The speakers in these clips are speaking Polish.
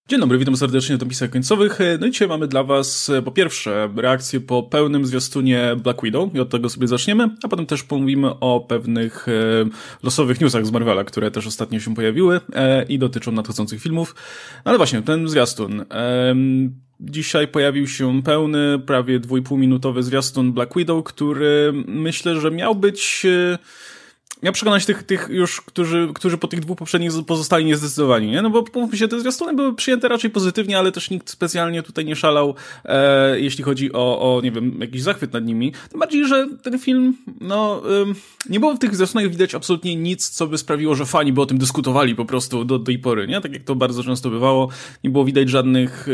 Dzień dobry, witam serdecznie na dopisach końcowych. No i dzisiaj mamy dla was po pierwsze reakcję po pełnym zwiastunie Black Widow i od tego sobie zaczniemy, a potem też pomówimy o pewnych losowych newsach z Marvela, które też ostatnio się pojawiły i dotyczą nadchodzących filmów. No ale właśnie, ten zwiastun. Dzisiaj pojawił się pełny, prawie 2,5-minutowy zwiastun Black Widow, który myślę, że miał być... Miał przekonać tych już, którzy po tych dwóch poprzednich pozostali niezdecydowani, nie? No bo pomówmy się, te zwiastuny były przyjęte raczej pozytywnie, ale też nikt specjalnie tutaj nie szalał, jeśli chodzi o nie wiem, jakiś zachwyt nad nimi. Tym bardziej, że ten film, nie było w tych zwiastunach widać absolutnie nic, co by sprawiło, że fani by o tym dyskutowali po prostu do tej pory, nie? Tak jak to bardzo często bywało. Nie było widać żadnych...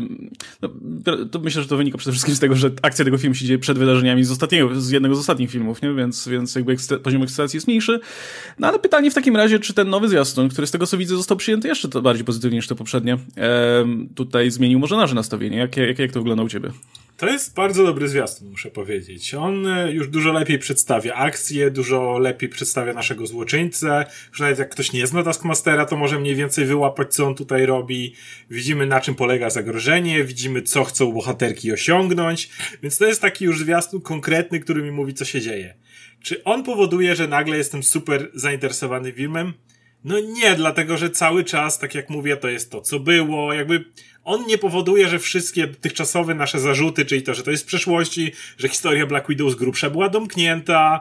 to myślę, że to wynika przede wszystkim z tego, że akcja tego filmu się dzieje przed wydarzeniami z jednego z ostatnich filmów, nie? Więc jakby poziom ekscytacji jest mniejszy. No ale pytanie w takim razie, czy ten nowy zwiastun, który z tego co widzę został przyjęty jeszcze to bardziej pozytywnie niż te poprzednie, tutaj zmienił może nasze nastawienie. Jak to wygląda u ciebie? To jest bardzo dobry zwiastun, muszę powiedzieć. On już dużo lepiej przedstawia akcję, dużo lepiej przedstawia naszego złoczyńcę. Już nawet jak ktoś nie zna Taskmastera, to może mniej więcej wyłapać, co on tutaj robi. Widzimy, na czym polega zagrożenie, widzimy, co chcą bohaterki osiągnąć. Więc to jest taki już zwiastun konkretny, który mi mówi, co się dzieje. Czy on powoduje, że nagle jestem super zainteresowany filmem? No nie, dlatego że cały czas, tak jak mówię, to jest to, co było. Jakby on nie powoduje, że wszystkie dotychczasowe nasze zarzuty, czyli to, że to jest z przeszłości, że historia Black Widow z grubsza była domknięta,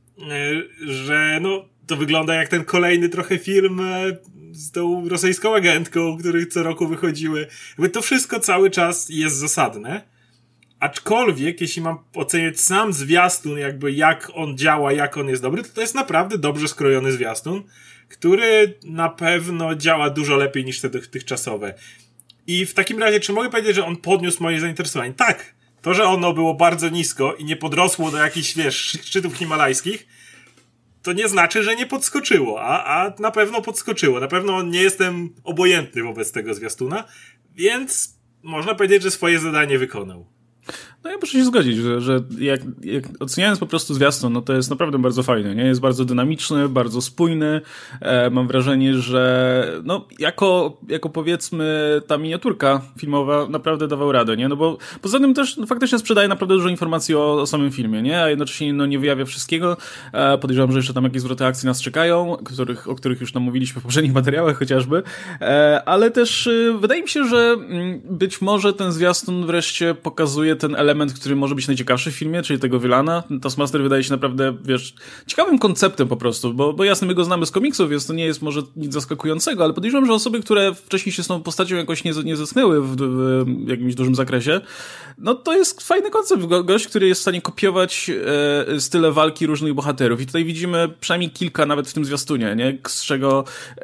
że to wygląda jak ten kolejny trochę film z tą rosyjską agentką, których co roku wychodziły. Jakby to wszystko cały czas jest zasadne. Aczkolwiek, jeśli mam oceniać sam zwiastun, jakby jak on działa, jak on jest dobry, to jest naprawdę dobrze skrojony zwiastun, który na pewno działa dużo lepiej niż te dotychczasowe. I w takim razie, czy mogę powiedzieć, że on podniósł moje zainteresowanie? Tak. To, że ono było bardzo nisko i nie podrosło do jakichś, szczytów himalajskich, to nie znaczy, że nie podskoczyło, a na pewno podskoczyło. Na pewno nie jestem obojętny wobec tego zwiastuna, więc można powiedzieć, że swoje zadanie wykonał. No ja muszę się zgodzić, że jak oceniając po prostu zwiastun, no to jest naprawdę bardzo fajny, nie? Jest bardzo dynamiczny, bardzo spójny. Mam wrażenie, że jako powiedzmy ta miniaturka filmowa naprawdę dawał radę, nie? No bo poza tym też faktycznie sprzedaje naprawdę dużo informacji o samym filmie, nie? A jednocześnie nie wyjawia wszystkiego. Podejrzewam, że jeszcze tam jakieś zwroty akcji nas czekają, o których już nam mówiliśmy w poprzednich materiałach chociażby. Ale też wydaje mi się, że być może ten zwiastun wreszcie pokazuje ten element, który może być najciekawszy w filmie, czyli tego Villana. Taskmaster wydaje się naprawdę, ciekawym konceptem po prostu, bo jasne, my go znamy z komiksów, więc to nie jest może nic zaskakującego, ale podejrzewam, że osoby, które wcześniej się z tą postacią jakoś nie zetknęły w jakimś dużym zakresie, no to jest fajny koncept. Gość, który jest w stanie kopiować style walki różnych bohaterów i tutaj widzimy przynajmniej kilka nawet w tym zwiastunie, nie? Z czego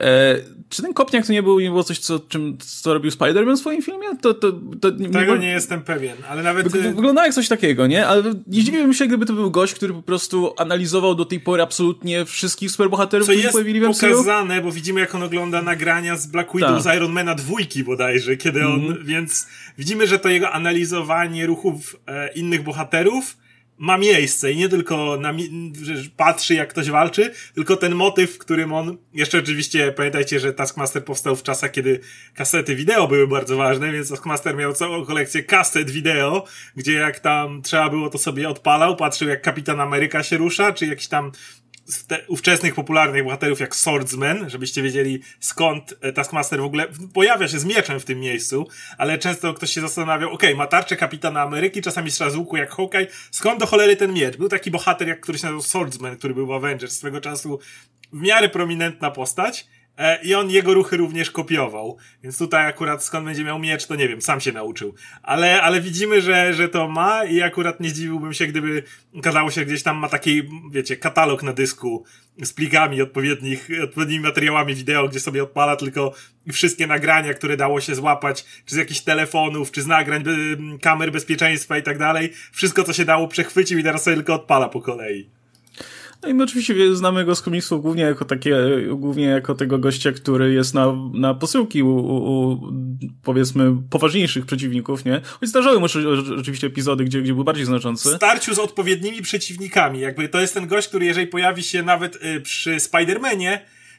czy ten kopniak to nie było coś, co robił Spider-Man w swoim filmie? Tego nie jestem pewien, ale nawet... Wygląda jak coś takiego, nie? Ale nie zdziwiłbym się, gdyby to był gość, który po prostu analizował do tej pory absolutnie wszystkich superbohaterów, którzy się pojawili w MCU. Co jest pokazane, bo widzimy, jak on ogląda nagrania z Black Widow, z Ironmana 2 bodajże, kiedy on... Więc widzimy, że to jego analizowanie ruchów innych bohaterów ma miejsce i nie tylko że patrzy, jak ktoś walczy, tylko ten motyw, w którym on... Jeszcze oczywiście pamiętajcie, że Taskmaster powstał w czasach, kiedy kasety wideo były bardzo ważne, więc Taskmaster miał całą kolekcję kaset wideo, gdzie jak tam trzeba było, to sobie odpalał, patrzył, jak Kapitan Ameryka się rusza, czy jakiś tam z ówczesnych popularnych bohaterów jak Swordsman, żebyście wiedzieli, skąd Taskmaster w ogóle pojawia się z mieczem w tym miejscu, ale często ktoś się zastanawiał, ma tarczę Kapitana Ameryki, czasami strzela z łuku jak Hawkeye, skąd do cholery ten miecz? Był taki bohater, który się nazywał Swordsman, który był w Avengers swego czasu, w miarę prominentna postać, i on jego ruchy również kopiował. Więc tutaj akurat skąd będzie miał miecz, to nie wiem, sam się nauczył. Ale widzimy, że to ma i akurat nie zdziwiłbym się, gdyby okazało się, gdzieś tam ma taki, katalog na dysku z plikami odpowiednimi materiałami wideo, gdzie sobie odpala tylko wszystkie nagrania, które dało się złapać, czy z jakichś telefonów, czy z nagrań kamer bezpieczeństwa i tak dalej. Wszystko, co się dało, przechwycił i teraz sobie tylko odpala po kolei. No i my oczywiście znamy go z komiksów głównie jako tego gościa, który jest na posyłki u powiedzmy poważniejszych przeciwników, nie? Choć zdarzały mu się oczywiście epizody, gdzie był bardziej znaczący. W starciu z odpowiednimi przeciwnikami. Jakby to jest ten gość, który jeżeli pojawi się nawet przy Spider-Manie,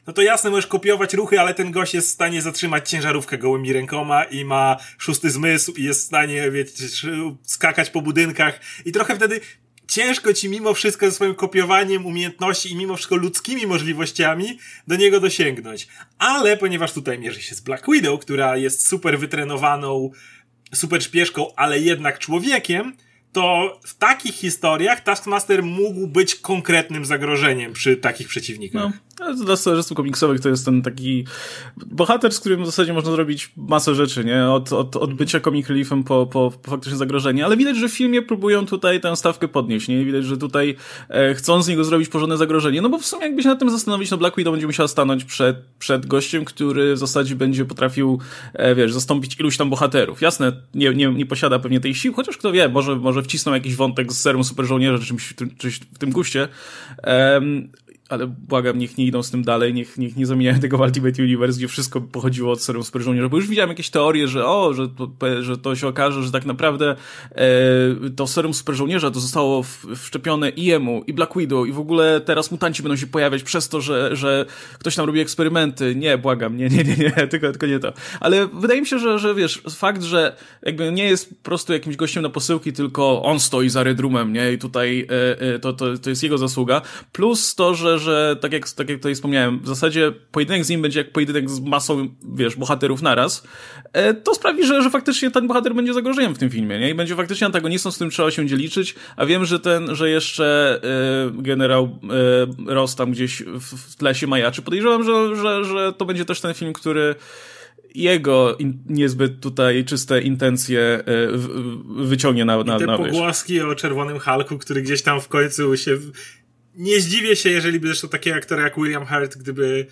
no to jasne, możesz kopiować ruchy, ale ten gość jest w stanie zatrzymać ciężarówkę gołymi rękoma i ma szósty zmysł i jest w stanie, wiecie, skakać po budynkach i trochę wtedy ciężko ci mimo wszystko ze swoim kopiowaniem umiejętności i mimo wszystko ludzkimi możliwościami do niego dosięgnąć. Ale ponieważ tutaj mierzy się z Black Widow, która jest super wytrenowaną, super szpieszką, ale jednak człowiekiem, to w takich historiach Taskmaster mógł być konkretnym zagrożeniem przy takich przeciwnikach. No, dla scenarzystów komiksowych to jest ten taki bohater, z którym w zasadzie można zrobić masę rzeczy, nie? Od bycia comic reliefem po faktycznie zagrożenie. Ale widać, że w filmie próbują tutaj tę stawkę podnieść, nie? Widać, że tutaj chcą z niego zrobić porządne zagrożenie. No bo w sumie jakby się nad tym zastanowić, no Black Widow będzie musiała stanąć przed gościem, który w zasadzie będzie potrafił, zastąpić iluś tam bohaterów. Jasne, nie posiada pewnie tej sił, chociaż kto wie, może wcisną jakiś wątek z serum super żołnierza, czymś w tym guście. Ale błagam, niech nie idą z tym dalej, niech nie zamieniają tego w Ultimate Universe, gdzie wszystko pochodziło od serum super żołnierza, bo już widziałem jakieś teorie, że to się okaże, że tak naprawdę to serum super żołnierza to zostało wszczepione i jemu, i Black Widow, i w ogóle teraz mutanci będą się pojawiać przez to, że ktoś tam robi eksperymenty. Nie, błagam, nie, tylko nie to. Ale wydaje mi się, że wiesz, fakt, że jakby nie jest po prostu jakimś gościem na posyłki, tylko on stoi za Red Roomem, nie? I tutaj to jest jego zasługa. Plus to, że tak jak tutaj wspomniałem, w zasadzie pojedynek z nim będzie jak pojedynek z masą, bohaterów naraz, to sprawi, że faktycznie ten bohater będzie zagrożeniem w tym filmie, nie? I będzie faktycznie antagonistą, z którym trzeba się będzie liczyć, a wiem, że jeszcze generał Ross tam gdzieś w tle się majaczy. Podejrzewam, że to będzie też ten film, który jego niezbyt tutaj czyste intencje wyciągnie na te pogłoski o Czerwonym Hulku, który gdzieś tam w końcu się... Nie zdziwię się, jeżeli by zresztą takie aktory jak William Hurt, gdyby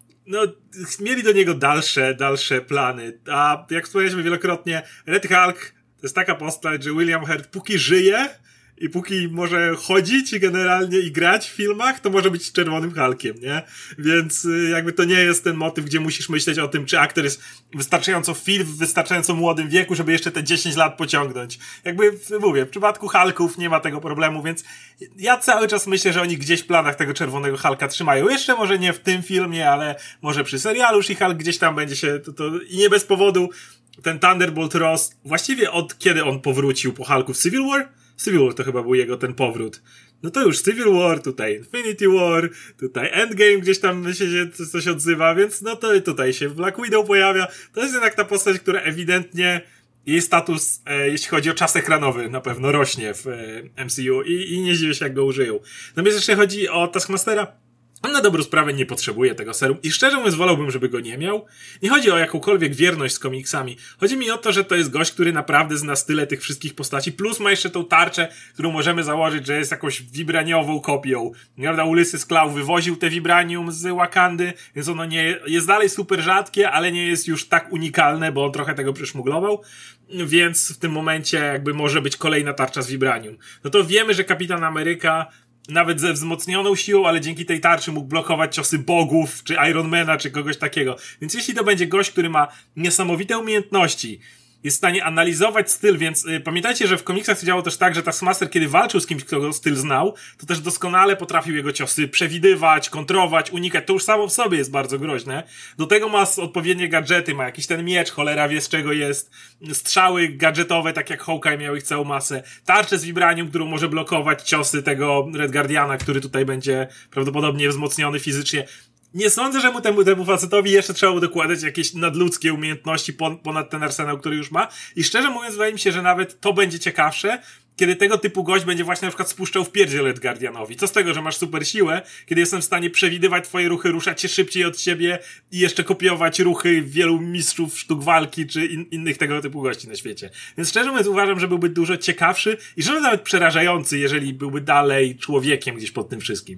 mieli do niego dalsze plany. A jak wspomnieliśmy wielokrotnie, Red Hulk to jest taka postać, że William Hurt póki żyje i póki może chodzić generalnie i grać w filmach, to może być Czerwonym Hulkiem, nie? Więc jakby to nie jest ten motyw, gdzie musisz myśleć o tym, czy aktor jest wystarczająco fit w wystarczająco młodym wieku, żeby jeszcze te 10 lat pociągnąć. Jakby mówię, w przypadku Hulków nie ma tego problemu, więc ja cały czas myślę, że oni gdzieś w planach tego Czerwonego Hulka trzymają. Jeszcze może nie w tym filmie, ale może przy serialu She-Hulk gdzieś tam będzie się i nie bez powodu ten Thunderbolt Ross, właściwie od kiedy on powrócił po Hulku w Civil War? Civil War to chyba był jego ten powrót. No to już Civil War, tutaj Infinity War, tutaj Endgame gdzieś tam się coś odzywa, więc no to tutaj się Black Widow pojawia. To jest jednak ta postać, która ewidentnie jej status, jeśli chodzi o czas ekranowy, na pewno rośnie w MCU i nie zdziwię się, jak go użyją. Natomiast jeśli chodzi o Taskmastera, on na dobrą sprawę nie potrzebuje tego serum i szczerze mówiąc wolałbym, żeby go nie miał. Nie chodzi o jakąkolwiek wierność z komiksami. Chodzi mi o to, że to jest gość, który naprawdę zna style tych wszystkich postaci, plus ma jeszcze tą tarczę, którą możemy założyć, że jest jakąś vibraniową kopią. Prawda, Ulysses Klaue wywoził te vibranium z Wakandy, więc ono nie jest dalej super rzadkie, ale nie jest już tak unikalne, bo on trochę tego przeszmuglował. Więc w tym momencie jakby może być kolejna tarcza z vibranium. No to wiemy, że Kapitan Ameryka nawet ze wzmocnioną siłą, ale dzięki tej tarczy mógł blokować ciosy bogów, czy Ironmana, czy kogoś takiego. Więc jeśli to będzie gość, który ma niesamowite umiejętności, jest w stanie analizować styl, więc pamiętajcie, że w komiksach to działało też tak, że Taskmaster, kiedy walczył z kimś, kto go styl znał, to też doskonale potrafił jego ciosy przewidywać, kontrować, unikać. To już samo w sobie jest bardzo groźne. Do tego ma odpowiednie gadżety, ma jakiś ten miecz, cholera wie z czego jest, strzały gadżetowe, tak jak Hawkeye miał ich całą masę, tarczę z vibranium, którą może blokować ciosy tego Red Guardiana, który tutaj będzie prawdopodobnie wzmocniony fizycznie. Nie sądzę, że temu facetowi jeszcze trzeba dokładać jakieś nadludzkie umiejętności ponad ten arsenał, który już ma. I szczerze mówiąc, wydaje mi się, że nawet to będzie ciekawsze, kiedy tego typu gość będzie właśnie na przykład spuszczał w pierdzie Red Guardianowi. Co z tego, że masz super siłę, kiedy jestem w stanie przewidywać twoje ruchy, ruszać się szybciej od ciebie i jeszcze kopiować ruchy wielu mistrzów sztuk walki, czy innych tego typu gości na świecie. Więc szczerze mówiąc uważam, że byłby dużo ciekawszy i że nawet przerażający, jeżeli byłby dalej człowiekiem gdzieś pod tym wszystkim.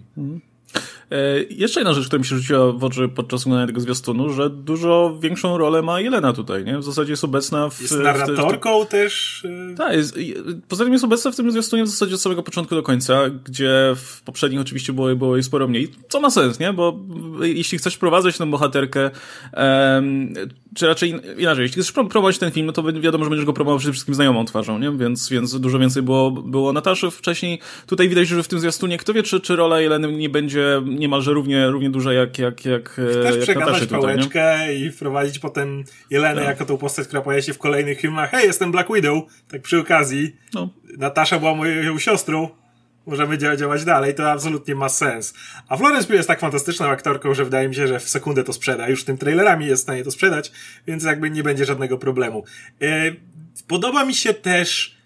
Jeszcze jedna rzecz, która mi się rzuciła w oczy podczas oglądania tego zwiastunu, że dużo większą rolę ma Jelena tutaj, nie? W zasadzie jest obecna jest narratorką też. Tak, poza tym jest obecna w tym zwiastunie w zasadzie od samego początku do końca, gdzie w poprzednich oczywiście było jej sporo mniej, co ma sens, nie? Bo jeśli chcesz wprowadzać tę bohaterkę, czy raczej inaczej, jeśli chcesz promować ten film, no to wiadomo, że będziesz go promował przede wszystkim znajomą twarzą, nie? Więc dużo więcej było Nataszy wcześniej. Tutaj widać, że w tym zwiastunie, kto wie, czy rola Jeleny nie będzie będzie niemalże równie duża jak też przekazać tutaj, pałeczkę i wprowadzić potem Jelenę jako tą postać, która pojawia się w kolejnych filmach. Hej, jestem Black Widow, tak przy okazji. No. Natasza była moją siostrą. Możemy działać dalej, to absolutnie ma sens. A Florence Pugh jest tak fantastyczną aktorką, że wydaje mi się, że w sekundę to sprzeda. Już tym trailerami jest w stanie to sprzedać, więc jakby nie będzie żadnego problemu. Podoba mi się też,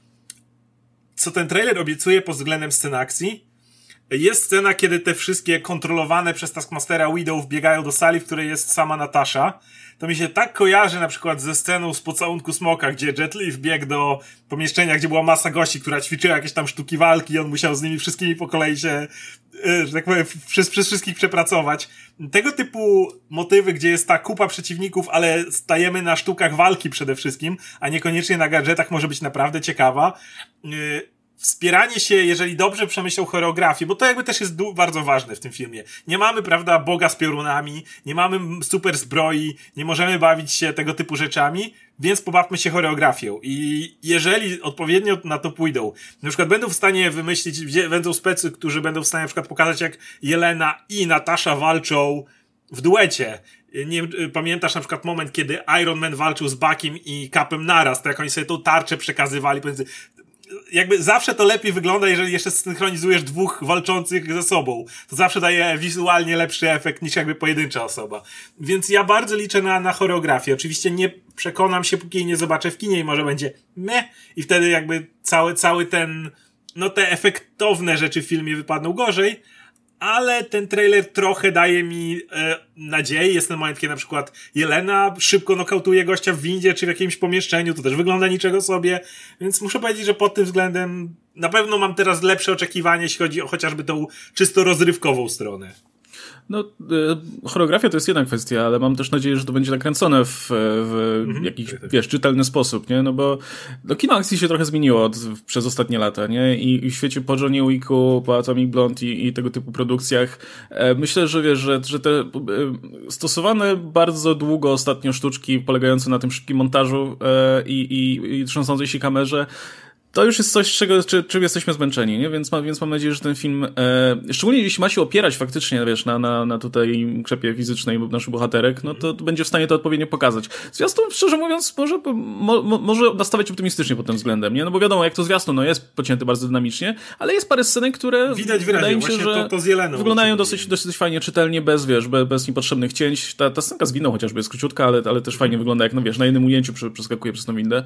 co ten trailer obiecuje pod względem scen akcji. Jest scena, kiedy te wszystkie kontrolowane przez Taskmastera Widow biegają do sali, w której jest sama Natasza. To mi się tak kojarzy na przykład ze sceną z Pocałunku Smoka, gdzie Jet Li wbiegł do pomieszczenia, gdzie była masa gości, która ćwiczyła jakieś tam sztuki walki i on musiał z nimi wszystkimi po kolei się, że tak powiem, przez wszystkich przepracować. Tego typu motywy, gdzie jest ta kupa przeciwników, ale stajemy na sztukach walki przede wszystkim, a niekoniecznie na gadżetach, może być naprawdę ciekawa. Wspieranie się, jeżeli dobrze przemyślał choreografię, bo to jakby też jest bardzo ważne w tym filmie. Nie mamy, prawda, Boga z piorunami, nie mamy super zbroi, nie możemy bawić się tego typu rzeczami, więc pobawmy się choreografią. I jeżeli odpowiednio na to pójdą, na przykład będą w stanie wymyślić, będą specy, którzy będą w stanie na przykład pokazać, jak Jelena i Natasza walczą w duecie. Nie pamiętasz na przykład moment, kiedy Iron Man walczył z Buckiem i Capem naraz, to jak oni sobie tą tarczę przekazywali pomiędzy. Jakby zawsze to lepiej wygląda, jeżeli jeszcze synchronizujesz dwóch walczących ze sobą. To zawsze daje wizualnie lepszy efekt niż jakby pojedyncza osoba. Więc ja bardzo liczę na choreografię. Oczywiście nie przekonam się, póki jej nie zobaczę w kinie i może będzie meh i wtedy jakby cały ten, no te efektowne rzeczy w filmie wypadną gorzej, ale ten trailer trochę daje mi nadziei. Jest ten moment, kiedy na przykład Jelena szybko nokautuje gościa w windzie czy w jakimś pomieszczeniu. To też wygląda niczego sobie. Więc muszę powiedzieć, że pod tym względem na pewno mam teraz lepsze oczekiwanie, jeśli chodzi o chociażby tą czysto rozrywkową stronę. No, choreografia to jest jedna kwestia, ale mam też nadzieję, że to będzie nakręcone w jakiś, wiesz, czytelny sposób, nie? No bo kino akcji się trochę zmieniło przez ostatnie lata, nie? I w świecie po Johnie Wicku, po Atomic Blonde i tego typu produkcjach myślę, że wiesz, że te stosowane bardzo długo ostatnio sztuczki polegające na tym szybkim montażu i trząsącej się kamerze, to już jest coś, czym jesteśmy zmęczeni, nie? Więc mam nadzieję, że ten film, szczególnie jeśli ma się opierać faktycznie, wiesz, na tutaj krzepie fizycznej naszych bohaterek, no to będzie w stanie to odpowiednio pokazać. Zwiastun, szczerze mówiąc, może nastawiać optymistycznie pod tym względem, nie? No bo wiadomo, jak to zwiastun, no jest pocięty bardzo dynamicznie, ale jest parę scenek, które widać wyraźnie, wydaje mi się, że to z Jeleną wyglądają dosyć fajnie, czytelnie, bez niepotrzebnych cięć. Ta scenka z windą chociażby jest króciutka, ale też fajnie wygląda, jak no wiesz, na jednym ujęciu przeskakuje przez tą windę.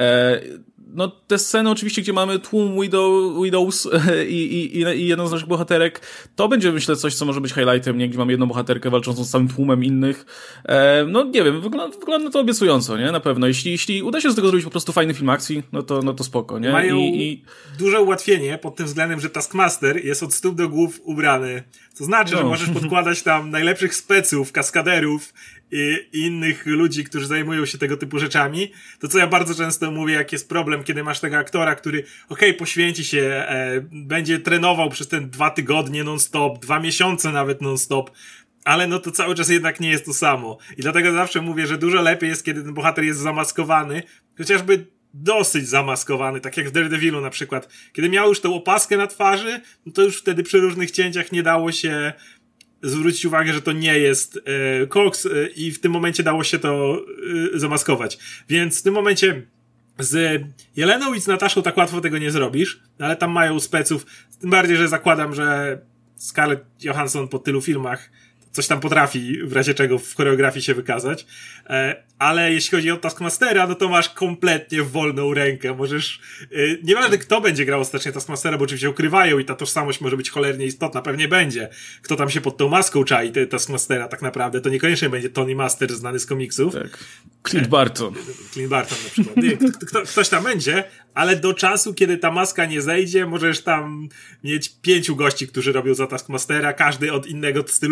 No te sceny oczywiście, gdzie mamy tłum Widows i jedną z naszych bohaterek, to będzie, myślę, coś, co może być highlightem, nie? Gdzie mamy jedną bohaterkę walczącą z całym tłumem innych. No nie wiem, wygląda to obiecująco, nie? Na pewno. Jeśli uda się z tego zrobić po prostu fajny film akcji, no to spoko, nie? Mają duże ułatwienie pod tym względem, że Taskmaster jest od stóp do głów ubrany. To znaczy, że możesz podkładać tam najlepszych speców, kaskaderów i innych ludzi, którzy zajmują się tego typu rzeczami. To, co ja bardzo często mówię, jak jest problem, kiedy masz tego aktora, który poświęci się, będzie trenował przez te 2 tygodnie non-stop, 2 miesiące nawet non-stop, ale no to cały czas jednak nie jest to samo. I dlatego zawsze mówię, że dużo lepiej jest, kiedy ten bohater jest zamaskowany, chociażby dosyć zamaskowany, tak jak w Daredevilu na przykład. Kiedy miał już tę opaskę na twarzy, no to już wtedy przy różnych cięciach nie dało się zwrócić uwagę, że to nie jest koks i w tym momencie dało się to zamaskować. Więc w tym momencie z Jeleną i z Nataszą tak łatwo tego nie zrobisz, ale tam mają speców, tym bardziej, że zakładam, że Scarlett Johansson po tylu filmach coś tam potrafi w razie czego w choreografii się wykazać, ale jeśli chodzi o Taskmastera, no to masz kompletnie wolną rękę, możesz, nieważne kto będzie grał ostatecznie Taskmastera, bo oczywiście ukrywają i ta tożsamość może być cholernie istotna, pewnie będzie, kto tam się pod tą maską czai Taskmastera tak naprawdę, to niekoniecznie będzie Tony Master znany z komiksów. Tak. Clint Barton na przykład. Nie, ktoś tam będzie, ale do czasu, kiedy ta maska nie zejdzie, możesz tam mieć 5 gości, którzy robią za Taskmastera, każdy od innego stylu walki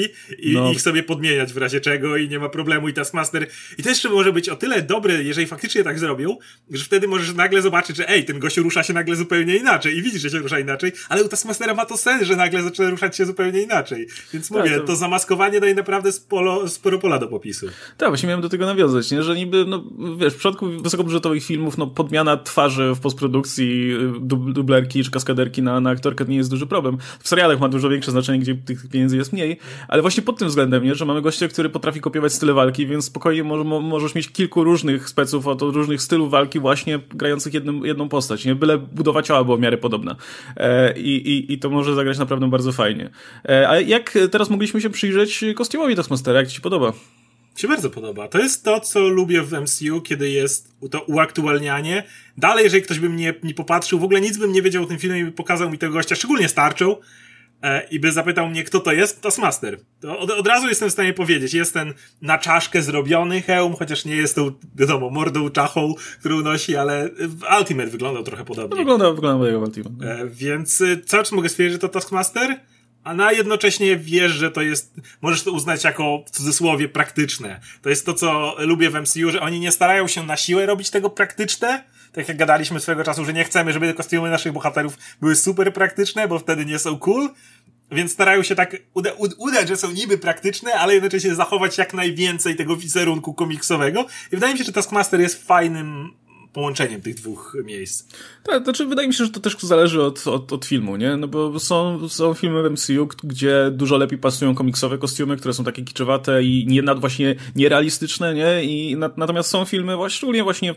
i ich sobie podmieniać w razie czego i nie ma problemu i Taskmaster. I to jeszcze może być o tyle dobre, jeżeli faktycznie tak zrobią, że wtedy możesz nagle zobaczyć, że ten gościu rusza się nagle zupełnie inaczej i widzisz, że się rusza inaczej, ale u Taskmastera ma to sens, że nagle zaczyna ruszać się zupełnie inaczej. Więc mówię, to zamaskowanie daje naprawdę sporo pola do popisu. Tak, właśnie miałem do tego nawiązać, nie? Że niby, wiesz, w przypadku wysokobudżetowych filmów, podmiana twarzy w postprodukcji, dublerki czy kaskaderki na aktorkę to nie jest duży problem. W serialach ma dużo większe znaczenie, gdzie tych pieniędzy jest mniej, ale właśnie pod tym względem, nie? Że mamy gościa, który potrafi kopiować style walki, więc spokojnie możesz mieć kilku różnych speców od różnych stylów walki właśnie grających jedną postać, nie? Byle budowa ciała była w miarę podobna. I to może zagrać naprawdę bardzo fajnie. A jak teraz mogliśmy się przyjrzeć kostiumowi Taskmastera? Jak ci się podoba? Mi się bardzo podoba. To jest to, co lubię w MCU, kiedy jest to uaktualnianie. Dalej, jeżeli ktoś by mnie nie popatrzył, w ogóle nic bym nie wiedział o tym filmie i by pokazał mi tego gościa, szczególnie z tarczą, i by zapytał mnie, kto to jest, Taskmaster. To od razu jestem w stanie powiedzieć. Jest ten na czaszkę zrobiony hełm, chociaż nie jest tą, wiadomo, mordą czachą, którą nosi, ale w Ultimate wyglądał trochę podobnie. Wygląda jak Ultimate. Więc cały czas mogę stwierdzić, że to Taskmaster, a jednocześnie wiesz, że to jest, możesz to uznać jako, w cudzysłowie, praktyczne. To jest to, co lubię w MCU, że oni nie starają się na siłę robić tego praktyczne, tak jak gadaliśmy swego czasu, że nie chcemy, żeby kostiumy naszych bohaterów były super praktyczne, bo wtedy nie są cool, więc starają się tak udać, że są niby praktyczne, ale jednocześnie zachować jak najwięcej tego wizerunku komiksowego i wydaje mi się, że Taskmaster jest fajnym połączeniem tych dwóch miejsc. Tak, znaczy wydaje mi się, że to też zależy od filmu, nie? No bo są filmy w MCU, gdzie dużo lepiej pasują komiksowe kostiumy, które są takie kiczowate i właśnie nierealistyczne, nie? Natomiast są filmy, szczególnie właśnie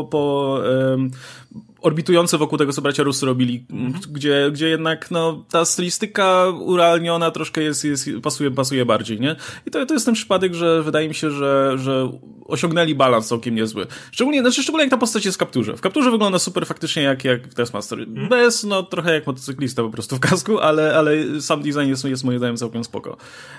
orbitujące wokół tego, co bracia Russo robili, gdzie jednak ta stylistyka urealniona troszkę pasuje bardziej, nie? I to jest ten przypadek, że wydaje mi się, że osiągnęli balans całkiem niezły. Szczególnie jak ta postać jest w kapturze. W kapturze wygląda super faktycznie jak Taskmaster. Bez, trochę jak motocyklista po prostu w kasku, ale sam design jest moim zdaniem całkiem spoko.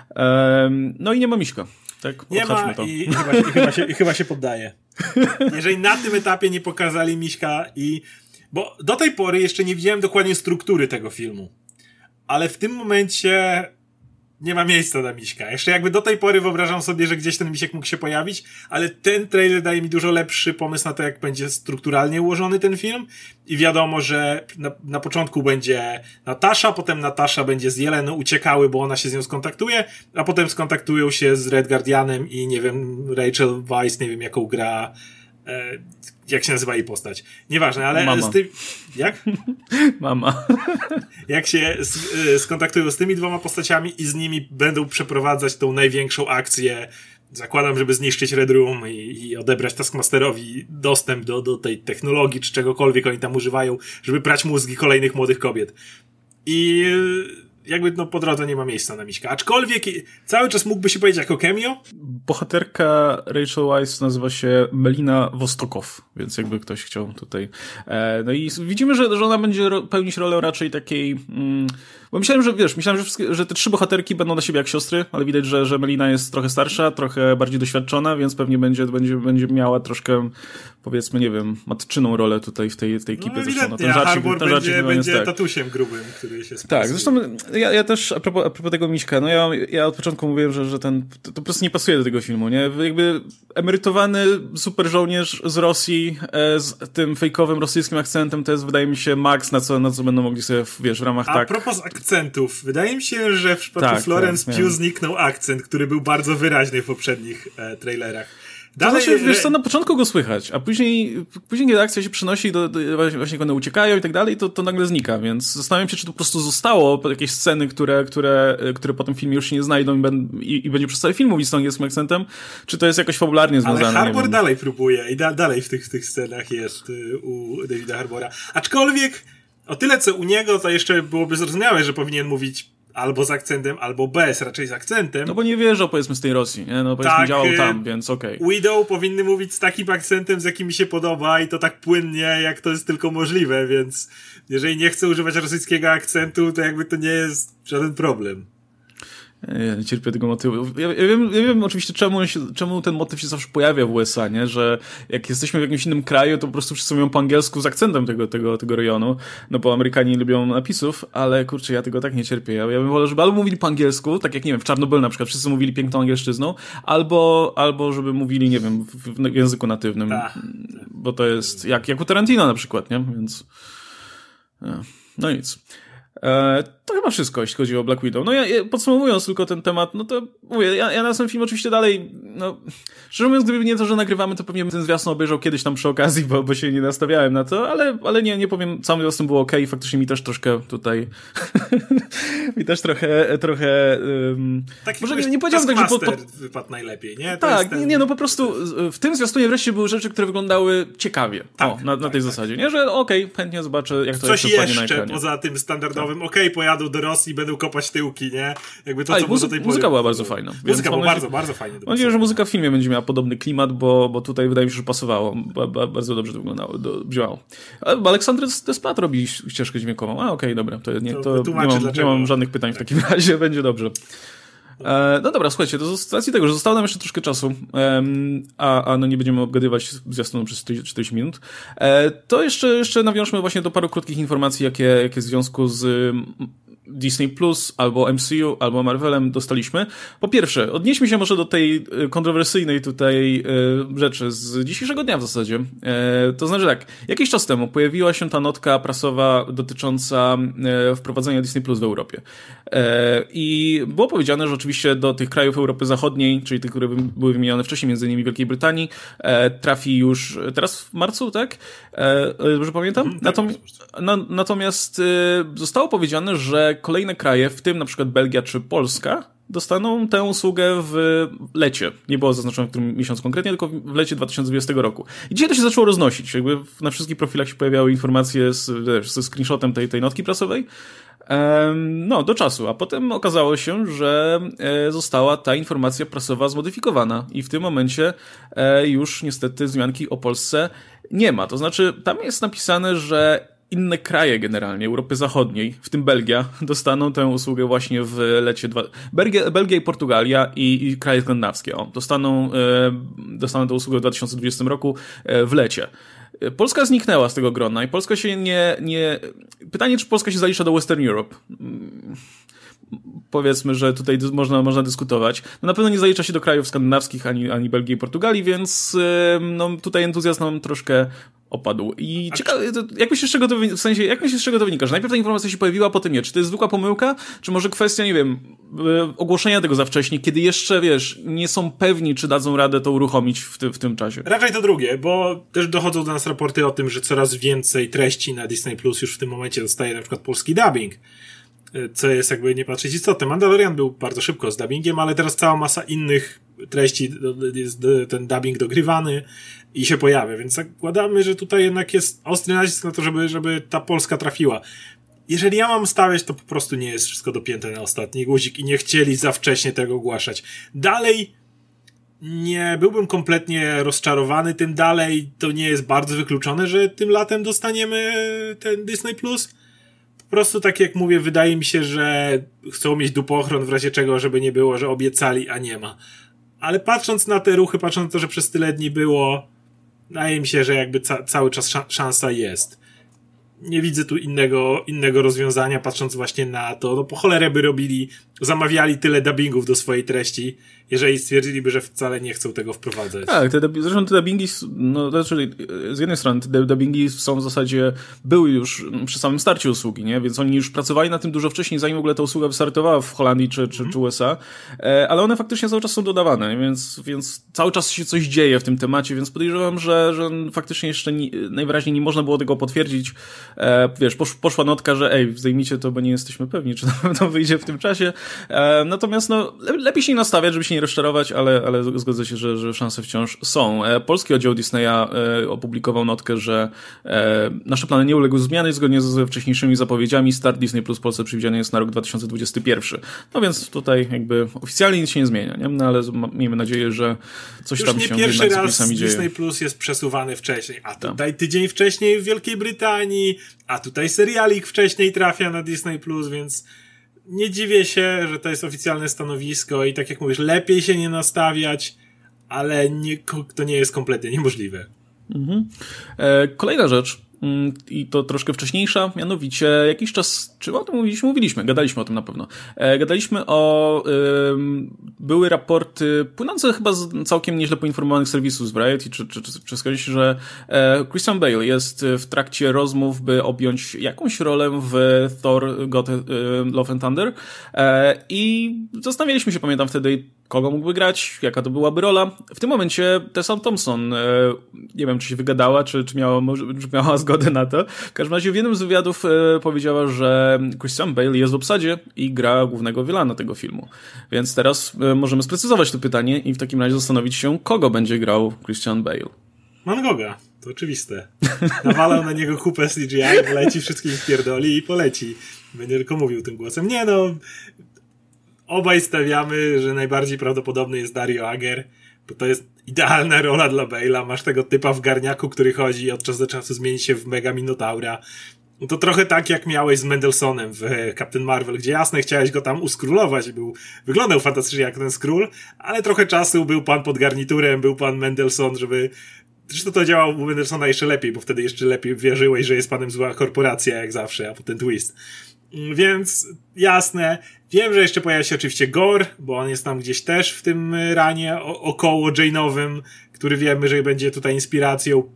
No i nie ma Miśka. Tak? Nie ma to. i chyba się poddaje. Jeżeli na tym etapie nie pokazali Miśka bo do tej pory jeszcze nie widziałem dokładnie struktury tego filmu. Ale w tym momencie nie ma miejsca na Miśka. Jeszcze jakby do tej pory wyobrażam sobie, że gdzieś ten Misiek mógł się pojawić, ale ten trailer daje mi dużo lepszy pomysł na to, jak będzie strukturalnie ułożony ten film i wiadomo, że na początku będzie Natasza, potem Natasza będzie z Jeleną uciekały, bo ona się z nią skontaktuje, a potem skontaktują się z Red Guardianem i nie wiem, Rachel Weisz, nie wiem jaką gra, jak się nazywa jej postać. Nieważne, ale Mama. z tym... Jak? Mama. Jak się skontaktują z tymi dwoma postaciami i z nimi będą przeprowadzać tą największą akcję, zakładam, żeby zniszczyć Red Room i odebrać Taskmasterowi dostęp do tej technologii, czy czegokolwiek oni tam używają, żeby prać mózgi kolejnych młodych kobiet. I jakby po drodze nie ma miejsca na Miśka. Aczkolwiek cały czas mógłby się powiedzieć jako cameo. Bohaterka Rachel Weisz nazywa się Melina Wostokow, więc jakby ktoś chciał tutaj. No i widzimy, że ona będzie pełnić rolę raczej takiej... Bo myślałem, że te trzy bohaterki będą na siebie jak siostry, ale widać, że Melina jest trochę starsza, trochę bardziej doświadczona, więc pewnie będzie miała troszkę, powiedzmy, nie wiem, matczyną rolę tutaj w tej ekipie. Zresztą Harbour będzie tatusiem grubym, który się spasuje. Tak, zresztą ja też a propos tego Miśka, ja od początku mówiłem, że to po prostu nie pasuje do tego filmu, nie? Jakby emerytowany super żołnierz z Rosji z tym fejkowym rosyjskim akcentem to jest, wydaje mi się, maks, na co będą mogli sobie, w ramach A propos akcentów, wydaje mi się, że w przypadku Florence Pugh zniknął akcent, który był bardzo wyraźny w poprzednich trailerach. Dalej, to znaczy, na początku go słychać, a później kiedy akcja się przenosi właśnie kiedy one uciekają i tak dalej, to nagle znika, więc zastanawiam się, czy to po prostu zostało jakieś sceny, które po tym filmie już się nie znajdą i będzie przez cały film mówić z angielskim akcentem, czy to jest jakoś fabularnie związane. Ale Harbour dalej próbuje i dalej w tych scenach jest u Davida Harboura. Aczkolwiek o tyle, co u niego, to jeszcze byłoby zrozumiałe, że powinien mówić albo z akcentem, albo bez, raczej z akcentem. No bo nie wierzę, powiedzmy, z tej Rosji, nie? No powiedzmy, tak, działał tam, więc okej. Widow powinny mówić z takim akcentem, z jakim mi się podoba i to tak płynnie, jak to jest tylko możliwe, więc jeżeli nie chcę używać rosyjskiego akcentu, to jakby to nie jest żaden problem. Ja nie cierpię tego motywu. Ja wiem oczywiście, czemu ten motyw się zawsze pojawia w USA, nie? Że jak jesteśmy w jakimś innym kraju, to po prostu wszyscy mówią po angielsku z akcentem tego rejonu, no bo Amerykanie nie lubią napisów, ale kurczę, ja tego tak nie cierpię. Ja bym wolał, żeby albo mówili po angielsku, tak jak, nie wiem, w Czarnobylu na przykład wszyscy mówili piękną angielszczyzną, albo żeby mówili, nie wiem, w języku natywnym. Bo to jest jak u Tarantino na przykład, nie? Więc no nic. To chyba wszystko, jeśli chodzi o Black Widow. No ja podsumowując tylko ten temat, no to mówię, ja na ten film oczywiście dalej, no szczerze mówiąc, gdyby nie to, że nagrywamy, to pewnie bym ten zwiastun obejrzał kiedyś tam przy okazji, bo się nie nastawiałem na to, ale nie powiem, cały zwiastun był okej, faktycznie mi też troszkę tutaj mi też trochę tak może nie powiedziałbym tak, że wypadł najlepiej, nie? To tak, no po prostu w tym zwiastunie wreszcie były rzeczy, które wyglądały ciekawie. Tak, na tej zasadzie, nie? Że chętnie zobaczę, jak to coś jest jeszcze na ekranie. poza tym standardowym, pojadą do Rosji, będą kopać tyłki, nie? Jakby to, co było do tej pory. Muzyka była bardzo fajna. Muzyka była bardzo fajnie. Mam nadzieję, że muzyka w filmie będzie miała podobny klimat, bo tutaj wydaje mi się, że pasowało. Bardzo dobrze to wyglądało, brzmiało. Aleksandr Desplat robi ścieżkę dźwiękową. Okej, dobra. Nie mam żadnych pytań w takim razie, będzie dobrze. No dobra, słuchajcie, to z racji tego, że zostało nam jeszcze troszkę czasu, a no nie będziemy obgadywać zwiastunu przez 40 minut, to jeszcze nawiążmy właśnie do paru krótkich informacji, jakie w związku z Disney Plus, albo MCU, albo Marvelem dostaliśmy. Po pierwsze, odnieśmy się może do tej kontrowersyjnej tutaj rzeczy z dzisiejszego dnia w zasadzie. To znaczy tak, jakiś czas temu pojawiła się ta notka prasowa dotycząca wprowadzenia Disney Plus w Europie. I było powiedziane, że oczywiście do tych krajów Europy Zachodniej, czyli tych, które były wymienione wcześniej, między innymi Wielkiej Brytanii, trafi już teraz w marcu, tak? Dobrze pamiętam? Natomiast zostało powiedziane, że kolejne kraje, w tym na przykład Belgia czy Polska, dostaną tę usługę w lecie. Nie było zaznaczone w którym miesiącu konkretnie, tylko w lecie 2020 roku. I dzisiaj to się zaczęło roznosić. Jakby na wszystkich profilach się pojawiały informacje ze screenshotem tej notki prasowej. No, do czasu. A potem okazało się, że została ta informacja prasowa zmodyfikowana i w tym momencie już niestety wzmianki o Polsce nie ma. To znaczy, tam jest napisane, że inne kraje generalnie, Europy Zachodniej, w tym Belgia, dostaną tę usługę właśnie w lecie. Belgia i Portugalia i kraje skandynawskie dostaną tę usługę w 2020 roku w lecie. Polska zniknęła z tego grona i Polska się nie... Pytanie, czy Polska się zalicza do Western Europe? Powiedzmy, że tutaj można dyskutować. No na pewno nie zalicza się do krajów skandynawskich ani Belgii i Portugalii, więc no tutaj entuzjazm nam troszkę opadł. I ciekawe, jak myślisz, z czego to wynika? Że najpierw ta informacja się pojawiła, a potem nie. Czy to jest zwykła pomyłka? Czy może kwestia, nie wiem, ogłoszenia tego za wcześnie, kiedy jeszcze, nie są pewni, czy dadzą radę to uruchomić w tym czasie? Raczej to drugie, bo też dochodzą do nas raporty o tym, że coraz więcej treści na Disney Plus już w tym momencie dostaje na przykład polski dubbing. Co jest jakby nie patrzeć istotne. Mandalorian był bardzo szybko z dubbingiem, ale teraz cała masa innych treści jest ten dubbing dogrywany i się pojawia, więc zakładamy, że tutaj jednak jest ostry nacisk na to, żeby ta Polska trafiła. Jeżeli ja mam stawiać, to po prostu nie jest wszystko dopięte na ostatni guzik i nie chcieli za wcześnie tego ogłaszać. Dalej nie byłbym kompletnie rozczarowany tym, dalej to nie jest bardzo wykluczone, że tym latem dostaniemy ten Disney Plus. Po prostu tak jak mówię, wydaje mi się, że chcą mieć dupochron w razie czego, żeby nie było, że obiecali, a nie ma. Ale patrząc na te ruchy, patrząc na to, że przez tyle dni było, wydaje mi się, że jakby cały czas szansa jest. Nie widzę tu innego rozwiązania, patrząc właśnie na to, no po cholerę by zamawiali tyle dubbingów do swojej treści, jeżeli stwierdziliby, że wcale nie chcą tego wprowadzać. Tak, zresztą te dubbingi, no znaczy z jednej strony te dubbingi są w zasadzie, były już przy samym starcie usługi, nie? Więc oni już pracowali na tym dużo wcześniej, zanim w ogóle ta usługa wystartowała w Holandii czy USA, ale one faktycznie cały czas są dodawane, więc cały czas się coś dzieje w tym temacie, więc podejrzewam, że faktycznie jeszcze najwyraźniej nie można było tego potwierdzić. Poszła notka, że zdejmijcie to, bo nie jesteśmy pewni, czy to wyjdzie w tym czasie. Natomiast no, lepiej się nie nastawiać, żeby się nie rozczarować, ale zgodzę się, że szanse wciąż są. Polski oddział Disneya opublikował notkę, że nasze plany nie uległy zmianie zgodnie ze wcześniejszymi zapowiedziami. Start Disney Plus w Polsce przewidziany jest na rok 2021. No więc tutaj jakby oficjalnie nic się nie zmienia, nie? No ale miejmy nadzieję, że coś tam się jednak z przepisami dzieje. Już nie pierwszy raz Disney Plus jest przesuwany wcześniej, a tutaj tydzień wcześniej w Wielkiej Brytanii, a tutaj serialik wcześniej trafia na Disney Plus, więc nie dziwię się, że to jest oficjalne stanowisko i tak jak mówisz, lepiej się nie nastawiać, ale to nie jest kompletnie niemożliwe. Kolejna rzecz, i to troszkę wcześniejsza, mianowicie jakiś czas, czy o tym mówiliśmy, gadaliśmy o tym na pewno. Gadaliśmy o były raporty płynące chyba z całkiem nieźle poinformowanych serwisów z Variety, czy zgodzi się, że Christian Bale jest w trakcie rozmów, by objąć jakąś rolę w Thor God Love and Thunder i zastanawialiśmy się, pamiętam wtedy, kogo mógłby grać, jaka to byłaby rola. W tym momencie Tessa Thompson, nie wiem, czy się wygadała, czy miała zgodę na to. W każdym razie w jednym z wywiadów powiedziała, że Christian Bale jest w obsadzie i gra głównego wilana tego filmu. Więc teraz możemy sprecyzować to pytanie i w takim razie zastanowić się, kogo będzie grał Christian Bale. Van Gogha, to oczywiste. Nawalał na niego kupę CGI, poleci, wszystkich wpierdoli i poleci. Będzie tylko mówił tym głosem. Nie no... Obaj stawiamy, że najbardziej prawdopodobny jest Dario Agger, bo to jest idealna rola dla Bale'a. Masz tego typa w garniaku, który chodzi i od czasu do czasu zmieni się w mega minotaura. To trochę tak, jak miałeś z Mendelsohnem w Captain Marvel, gdzie jasne, chciałeś go tam uskrólować. Wyglądał fantastycznie jak ten skról, ale trochę czasu był pan pod garniturem, był pan Mendelsohn, żeby... Zresztą to działało u Mendelsohna jeszcze lepiej, bo wtedy jeszcze lepiej wierzyłeś, że jest panem zła korporacja, jak zawsze, a potem twist. Więc jasne, wiem, że jeszcze pojawia się oczywiście Gore, bo on jest tam gdzieś też w tym ranie około Jane'owym, który wiemy, że będzie tutaj inspiracją.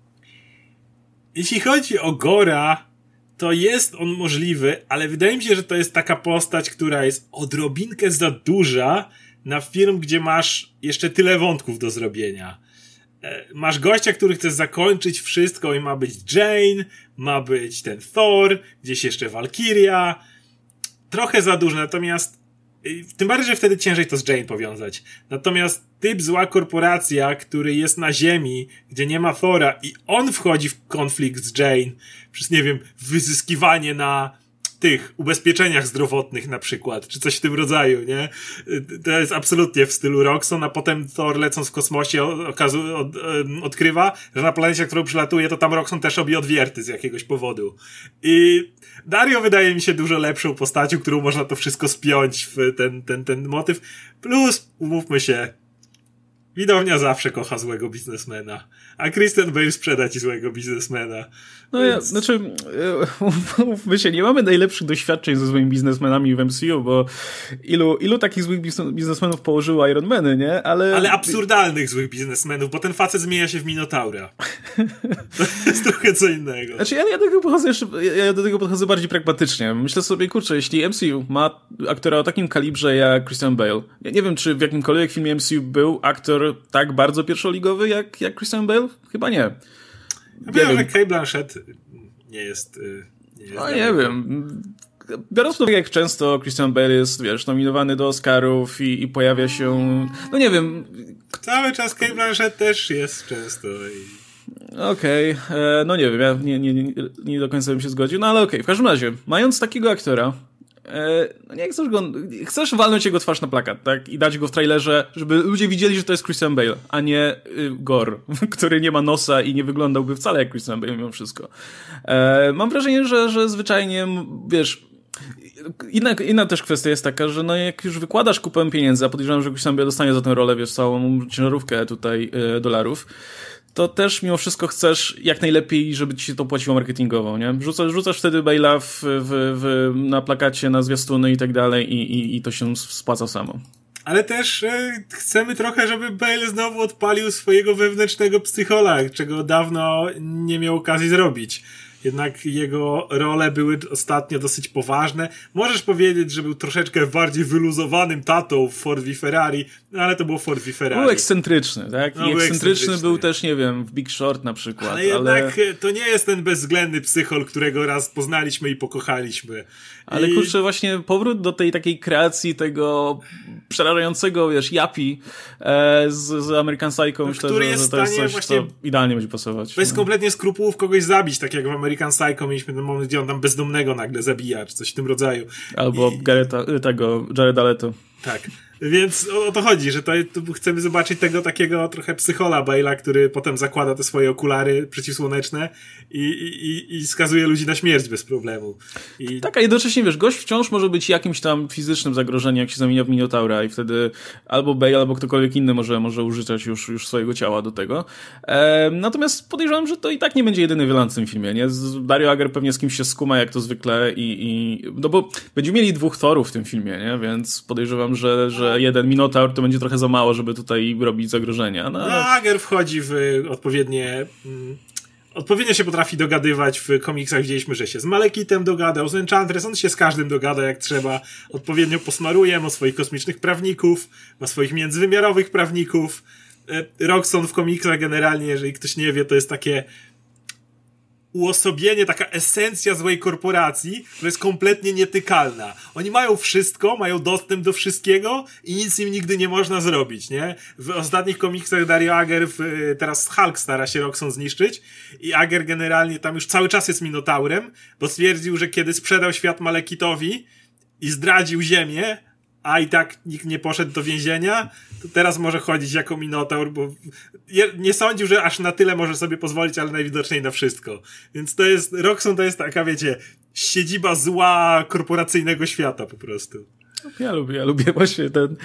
Jeśli chodzi o Gora, to jest on możliwy, ale wydaje mi się, że to jest taka postać, która jest odrobinkę za duża na film, gdzie masz jeszcze tyle wątków do zrobienia. Masz gościa, który chce zakończyć wszystko i ma być Jane, ma być ten Thor, gdzieś jeszcze Valkyria. Trochę za dużo, natomiast tym bardziej, że wtedy ciężej to z Jane powiązać. Natomiast typ zła korporacja, który jest na ziemi, gdzie nie ma Thora i on wchodzi w konflikt z Jane przez, nie wiem, wyzyskiwanie na tych ubezpieczeniach zdrowotnych na przykład, czy coś w tym rodzaju, nie? To jest absolutnie w stylu Roxxon, a potem Thor lecąc w kosmosie odkrywa, że na planecie, którą przylatuje, to tam Roxxon też robi odwierty z jakiegoś powodu. I Dario wydaje mi się dużo lepszą postacią, którą można to wszystko spiąć w ten motyw. Plus, umówmy się, widownia zawsze kocha złego biznesmena, a Christian Bale sprzeda ci złego biznesmena. No więc... znaczy, mówmy się, nie mamy najlepszych doświadczeń ze złymi biznesmenami w MCU, bo ilu takich złych biznesmenów położyło Iron Many, nie? Ale absurdalnych złych biznesmenów, bo ten facet zmienia się w Minotaura. To jest trochę co innego. Znaczy, ja do tego podchodzę bardziej pragmatycznie. Myślę sobie, kurczę, jeśli MCU ma aktora o takim kalibrze jak Christian Bale, ja nie wiem, czy w jakimkolwiek filmie MCU był aktor tak bardzo pierwszoligowy jak Christian Bale? Chyba nie. Ja wiem, że Cate Blanchett nie jest no nie wiem. Biorąc pod uwagę, jak często Christian Bale jest, wiesz, nominowany do Oscarów i pojawia się... No nie wiem. Cały czas Cate Blanchett też jest często. Okej. No nie wiem, ja nie do końca bym się zgodził, no ale okej. W każdym razie, mając takiego aktora, no nie chcesz walnąć jego twarz na plakat, tak? I dać go w trailerze, żeby ludzie widzieli, że to jest Christian Bale, a nie Gore, który nie ma nosa i nie wyglądałby wcale jak Christian Bale mimo wszystko. Mam wrażenie, że zwyczajnie, wiesz, inna też kwestia jest taka, że no jak już wykładasz kupę pieniędzy, a podejrzewam, że Christian Bale dostanie za tę rolę, wiesz, całą ciężarówkę tutaj dolarów, to też mimo wszystko chcesz jak najlepiej, żeby ci się to płaciło marketingowo, nie? Rzucasz wtedy Bale'a na plakacie, na zwiastuny i tak dalej i to się spłaca samo. Ale też chcemy trochę, żeby Bale znowu odpalił swojego wewnętrznego psychola, czego dawno nie miał okazji zrobić. Jednak jego role były ostatnio dosyć poważne. Możesz powiedzieć, że był troszeczkę bardziej wyluzowanym tatą w Ford v Ferrari, no ale to było Ford v Ferrari. Był ekscentryczny, tak? I ekscentryczny był też, nie wiem, w Big Short na przykład. Ale jednak to nie jest ten bezwzględny psychol, którego raz poznaliśmy i pokochaliśmy. Ale kurczę, właśnie powrót do tej takiej kreacji tego przerażającego, wiesz, yapi z American Psycho, myślę, że to jest coś, co idealnie będzie pasować. Bez kompletnie skrupułów kogoś zabić, tak jak w American Psycho mieliśmy ten moment, gdzie on tam bezdomnego nagle zabija, czy coś w tym rodzaju. Albo Jareda Leto. Tak. Więc o to chodzi, że to chcemy zobaczyć tego takiego trochę psychola Bale'a, który potem zakłada te swoje okulary przeciwsłoneczne i skazuje ludzi na śmierć bez problemu. Tak, a jednocześnie, wiesz, gość wciąż może być jakimś tam fizycznym zagrożeniem, jak się zamienia w Minotaura i wtedy albo Bale, albo ktokolwiek inny może używać już swojego ciała do tego. Natomiast podejrzewam, że to i tak nie będzie jedyny wilan w tym filmie, nie? Dario Agger pewnie z kimś się skuma, jak to zwykle no bo będziemy mieli 2 Thorów w tym filmie, nie? Więc podejrzewam, że jeden Minotaur to będzie trochę za mało, żeby tutaj robić zagrożenia. No, Agger wchodzi w odpowiednio się potrafi dogadywać. W komiksach widzieliśmy, że się z Malekitem dogadał, z Enchantress, on się z każdym dogada jak trzeba. Odpowiednio posmaruje, ma swoich kosmicznych prawników, ma swoich międzywymiarowych prawników. Roxxon w komiksach generalnie, jeżeli ktoś nie wie, to jest takie uosobienie, taka esencja złej korporacji, która jest kompletnie nietykalna. Oni mają wszystko, mają dostęp do wszystkiego i nic im nigdy nie można zrobić, nie? W ostatnich komiksach Dario Agger teraz Hulk stara się Roxxon zniszczyć i Agger generalnie tam już cały czas jest Minotaurem, bo stwierdził, że kiedy sprzedał świat Malekitowi i zdradził Ziemię, a i tak nikt nie poszedł do więzienia, to teraz może chodzić jako Minotaur, bo nie sądził, że aż na tyle może sobie pozwolić, ale najwidoczniej na wszystko. Więc Roxxon to jest taka, wiecie, siedziba zła korporacyjnego świata po prostu. Ja lubię właśnie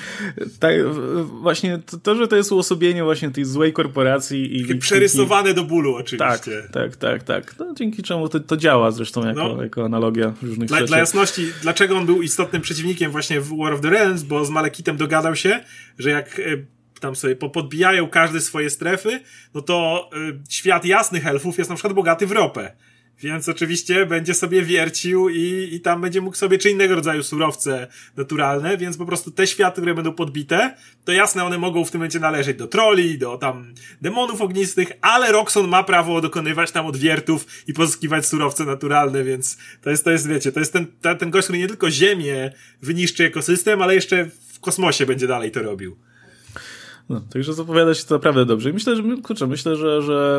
właśnie to, że to jest uosobienie właśnie tej złej korporacji takie przerysowane do bólu oczywiście. Tak. No, dzięki czemu to działa zresztą jako analogia różnych rzeczy. Dla jasności, dlaczego on był istotnym przeciwnikiem właśnie w War of the Realms, bo z Malekitem dogadał się, że jak tam sobie podbijają każde swoje strefy, no to świat jasnych elfów jest na przykład bogaty w ropę. Więc oczywiście będzie sobie wiercił i tam będzie mógł sobie czy innego rodzaju surowce naturalne, więc po prostu te światy, które będą podbite, to jasne, one mogą w tym momencie należeć do trolli, do tam demonów ognistych, ale Roxxon ma prawo dokonywać tam odwiertów i pozyskiwać surowce naturalne, więc to jest wiecie, to jest ten gość, który nie tylko Ziemię wyniszczy ekosystem, ale jeszcze w kosmosie będzie dalej to robił. No, także zapowiada się to naprawdę dobrze. I myślę, że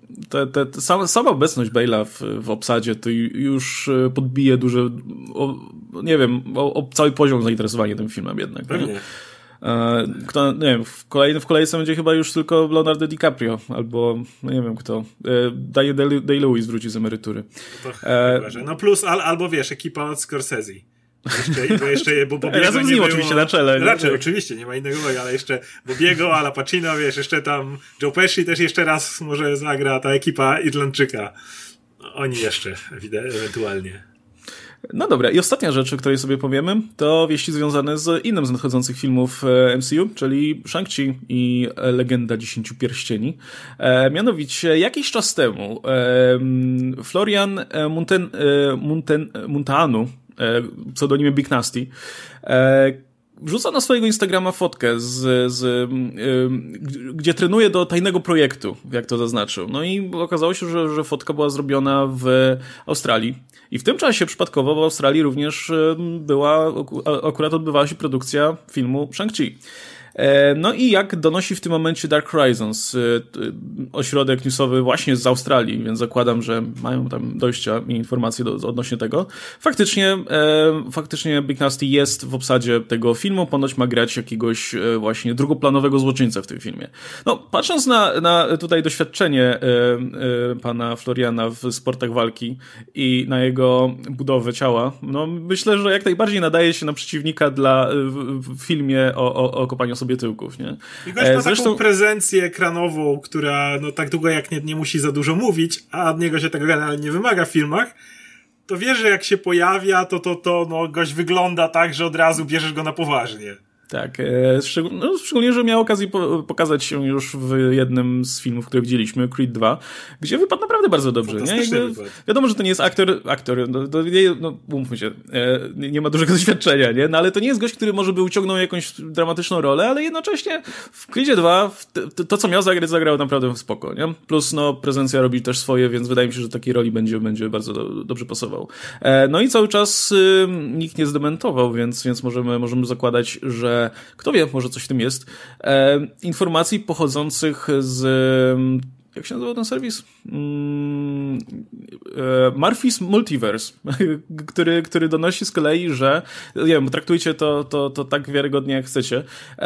sama obecność Bale'a w obsadzie to już podbije duże, cały poziom zainteresowania tym filmem jednak. Pewnie. Nie wiem, w kolejce będzie chyba już tylko Leonardo DiCaprio, albo nie wiem kto. Day-Lewis wróci z emerytury. To chyba, że. No plus, albo wiesz, ekipa od Scorsese. Bo razem z nim oczywiście na czele. Raczej, oczywiście, nie ma innego boju, ale jeszcze Bobiego, Al Pacino, wiesz, jeszcze tam Joe Pesci też jeszcze raz może zagra ta ekipa Irlandczyka. Oni jeszcze, ewentualnie. No dobra, i ostatnia rzecz, o której sobie powiemy, to wieści związane z innym z nadchodzących filmów MCU, czyli Shang-Chi i Legenda 10 Pierścieni. Mianowicie jakiś czas temu Florian Munteanu, pseudonimie Big Nasty, wrzuca na swojego Instagrama fotkę gdzie trenuje do tajnego projektu, jak to zaznaczył. No i okazało się, że fotka była zrobiona w Australii. I w tym czasie przypadkowo w Australii również akurat odbywała się produkcja filmu Shang-Chi. No i jak donosi w tym momencie Dark Horizons, ośrodek newsowy właśnie z Australii, więc zakładam, że mają tam dojścia i informacje odnośnie tego. Faktycznie Big Nasty jest w obsadzie tego filmu, ponoć ma grać jakiegoś właśnie drugoplanowego złoczyńcę w tym filmie. No, patrząc na tutaj doświadczenie pana Floriana w sportach walki i na jego budowę ciała, no myślę, że jak najbardziej nadaje się na przeciwnika w filmie o kopaniu sobie tyłków, nie? I gość ma taką prezencję ekranową, która no tak długo jak nie musi za dużo mówić, a od niego się tego generalnie nie wymaga w filmach, to wiesz, że jak się pojawia, to gość wygląda tak, że od razu bierzesz go na poważnie. Tak, szczególnie, że miał okazję pokazać się już w jednym z filmów, które widzieliśmy, Creed 2, gdzie wypadł naprawdę bardzo dobrze. Nie? Wiadomo, że to nie jest aktor, umówmy się, nie ma dużego doświadczenia, nie? No ale to nie jest gość, który może by uciągnął jakąś dramatyczną rolę, ale jednocześnie w Creedzie 2 to co miał zagrać, zagrał naprawdę spoko, nie? Plus prezencja robi też swoje, więc wydaje mi się, że takiej roli będzie bardzo dobrze pasował. No i cały czas nikt nie zdementował, więc możemy zakładać, że kto wie, może coś w tym jest. Informacji pochodzących z... Jak się nazywa ten serwis? Murphy's Multiverse, który donosi z kolei, że, nie wiem, traktujcie to tak wiarygodnie jak chcecie,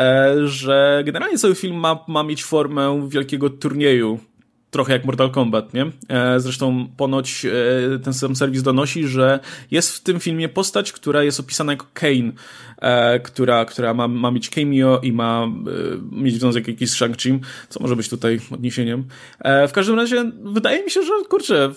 że generalnie cały film ma mieć formę wielkiego turnieju, trochę jak Mortal Kombat, nie? Zresztą ponoć ten sam serwis donosi, że jest w tym filmie postać, która jest opisana jako Kane, która ma mieć cameo i ma mieć związek jakiś z Shang-Chi, co może być tutaj odniesieniem. W każdym razie wydaje mi się, że kurczę,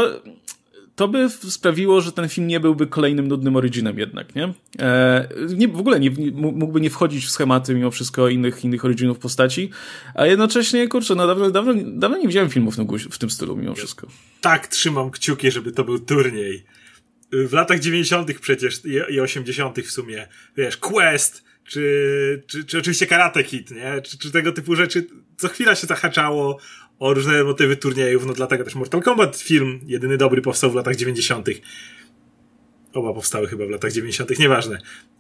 to by sprawiło, że ten film nie byłby kolejnym nudnym originem jednak, nie? W ogóle mógłby nie wchodzić w schematy mimo wszystko innych originów postaci, a jednocześnie, kurczę, no dawno nie widziałem filmów w tym stylu mimo wszystko. Tak, trzymam kciuki, żeby to był turniej. W latach 90. przecież i 80. w sumie, wiesz, Quest, czy oczywiście Karate Kid, nie? Czy tego typu rzeczy co chwila się zahaczało o różne motywy turniejów, no dlatego też Mortal Kombat film, jedyny dobry, powstał w latach 90. Oba powstały chyba w latach 90., nieważne.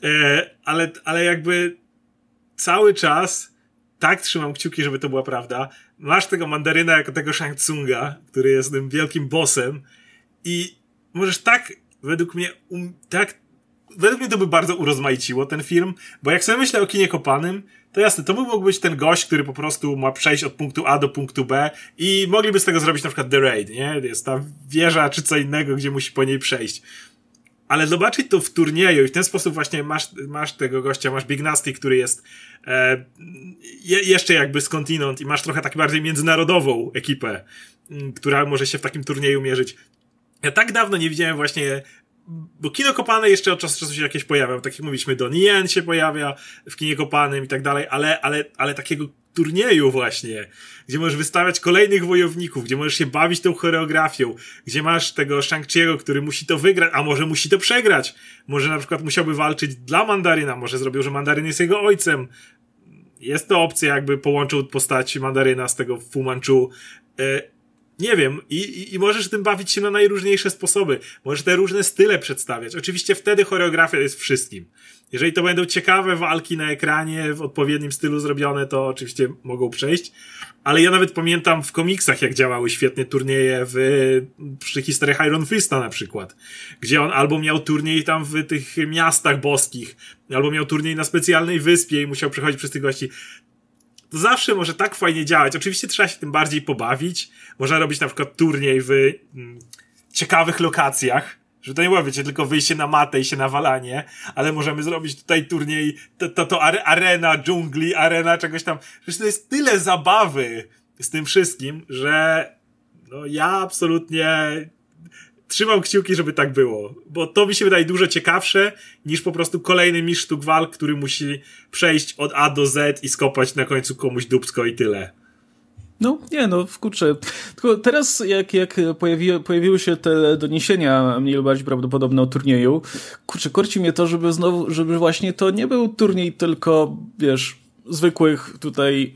Ale jakby cały czas tak trzymam kciuki, żeby to była prawda. Masz tego Mandaryna jako tego Shang Tsunga, który jest tym wielkim bossem i możesz tak, według mnie to by bardzo urozmaiciło ten film, bo jak sobie myślę o kinie kopanym, to jasne, to mógł być ten gość, który po prostu ma przejść od punktu A do punktu B i mogliby z tego zrobić na przykład The Raid, nie? Jest ta wieża czy co innego, gdzie musi po niej przejść. Ale zobaczyć to w turnieju i w ten sposób właśnie masz tego gościa, masz Big Nasty, który jest jeszcze jakby skądinąd i masz trochę tak bardziej międzynarodową ekipę, która może się w takim turnieju mierzyć. Ja tak dawno nie widziałem właśnie, bo kino kopane jeszcze od czasu do czasu się jakieś pojawia, tak jak mówiliśmy, Donnie Yen się pojawia w kinie kopanym i tak dalej, ale takiego turnieju właśnie, gdzie możesz wystawiać kolejnych wojowników, gdzie możesz się bawić tą choreografią, gdzie masz tego Shang-Chi'ego, który musi to wygrać, a może musi to przegrać, może na przykład musiałby walczyć dla Mandaryna, może zrobił, że Mandaryn jest jego ojcem. Jest to opcja, jakby połączył postaci Mandaryna z tego Fu Manchu. Nie wiem, i możesz tym bawić się na najróżniejsze sposoby. Możesz te różne style przedstawiać. Oczywiście wtedy choreografia jest wszystkim. Jeżeli to będą ciekawe walki na ekranie, w odpowiednim stylu zrobione, to oczywiście mogą przejść. Ale ja nawet pamiętam w komiksach, jak działały świetnie turnieje przy historiach Iron Fista na przykład. Gdzie on albo miał turniej tam w tych miastach boskich, albo miał turniej na specjalnej wyspie i musiał przechodzić przez tych gości. To zawsze może tak fajnie działać. Oczywiście trzeba się tym bardziej pobawić. Można robić na przykład turniej w ciekawych lokacjach, żeby to nie było, wiecie, tylko wyjście na matę i się nawalanie, ale możemy zrobić tutaj turniej, to arena dżungli, arena czegoś tam. Przecież to jest tyle zabawy z tym wszystkim, że no ja absolutnie trzymam kciuki, żeby tak było, bo to mi się wydaje dużo ciekawsze niż po prostu kolejny mistrz sztuk walk, który musi przejść od A do Z i skopać na końcu komuś dupsko i tyle. No, nie, no, kurczę. Tylko teraz, jak pojawiły się te doniesienia mniej lub bardziej prawdopodobne o turnieju, kurczę, korci mnie to, żeby właśnie to nie był turniej tylko, wiesz, zwykłych tutaj